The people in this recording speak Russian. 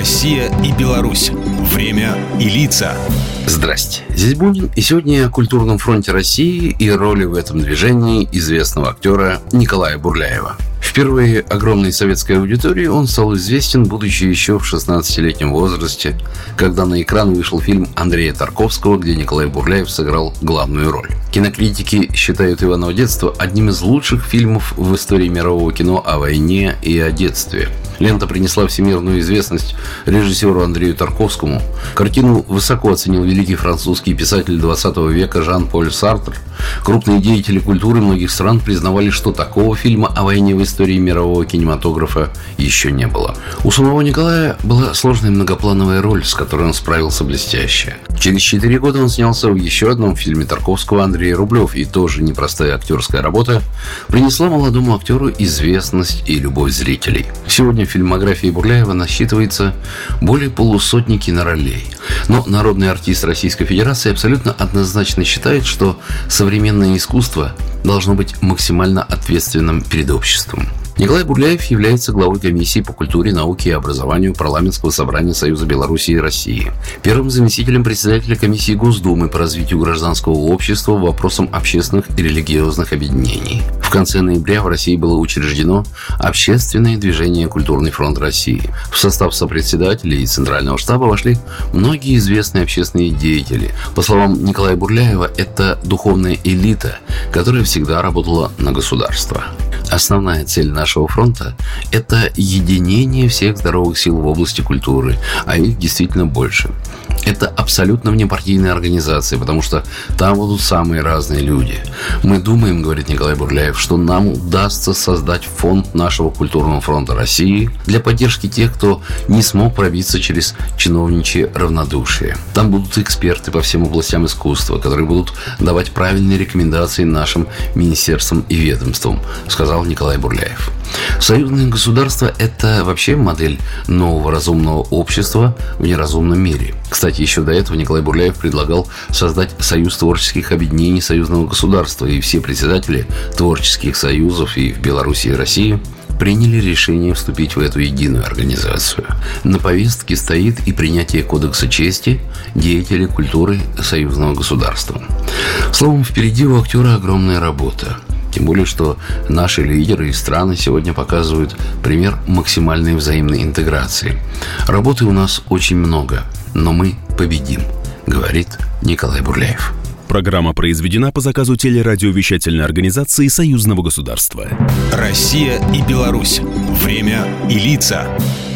Россия и Беларусь. Время и лица. Здрасте, здесь Бунин, и сегодня о культурном фронте России и роли в этом движении известного актера Николая Бурляева. Впервые огромной советской аудитории он стал известен, будучи еще в 16-летнем возрасте, когда на экран вышел фильм Андрея Тарковского, где Николай Бурляев сыграл главную роль. Кинокритики считают «Иваново детство» одним из лучших фильмов в истории мирового кино о войне и о детстве. Лента принесла всемирную известность режиссеру Андрею Тарковскому. Картину высоко оценил великий французский писатель 20 века Жан-Поль Сартр. Крупные деятели культуры многих стран признавали, что такого фильма о войне в истории мирового кинематографа еще не было. У самого Николая была сложная многоплановая роль, с которой он справился блестяще. Через 4 года он снялся в еще одном фильме Тарковского «Андрей Рублев», и тоже непростая актерская работа принесла молодому актеру известность и любовь зрителей. Сегодня в фильмографии Бурляева насчитывается более полусотни киноролей. Но народный артист Российской Федерации абсолютно однозначно считает, что современное искусство должно быть максимально ответственным перед обществом. Николай Бурляев является главой комиссии по культуре, науке и образованию Парламентского собрания Союза Беларуси и России, первым заместителем председателя комиссии Госдумы по развитию гражданского общества вопросам общественных и религиозных объединений. В конце ноября в России было учреждено Общественное движение «Культурный фронт России». В состав сопредседателей и Центрального штаба вошли многие известные общественные деятели. По словам Николая Бурляева, это духовная элита, которая всегда работала на государство. Основная цель нашего фронта – это единение всех здоровых сил в области культуры, а их действительно больше. Это абсолютно внепартийная организация, потому что там будут самые разные люди. Мы думаем, говорит Николай Бурляев, что нам удастся создать фонд нашего культурного фронта России для поддержки тех, кто не смог пробиться через чиновничье равнодушие. Там будут эксперты по всем областям искусства, которые будут давать правильные рекомендации нашим министерствам и ведомствам, сказал Николай Бурляев. Союзное государство – это вообще модель нового разумного общества в неразумном мире. Кстати, еще до этого Николай Бурляев предлагал создать союз творческих объединений союзного государства, и все председатели творческих союзов и в Беларуси, и России приняли решение вступить в эту единую организацию. На повестке стоит и принятие Кодекса чести деятелей культуры союзного государства. Словом, впереди у актера огромная работа. Тем более, что наши лидеры и страны сегодня показывают пример максимальной взаимной интеграции. Работы у нас очень много, но мы победим, говорит Николай Бурляев. Программа произведена по заказу телерадиовещательной организации Союзного государства. Россия и Беларусь. Время и лица.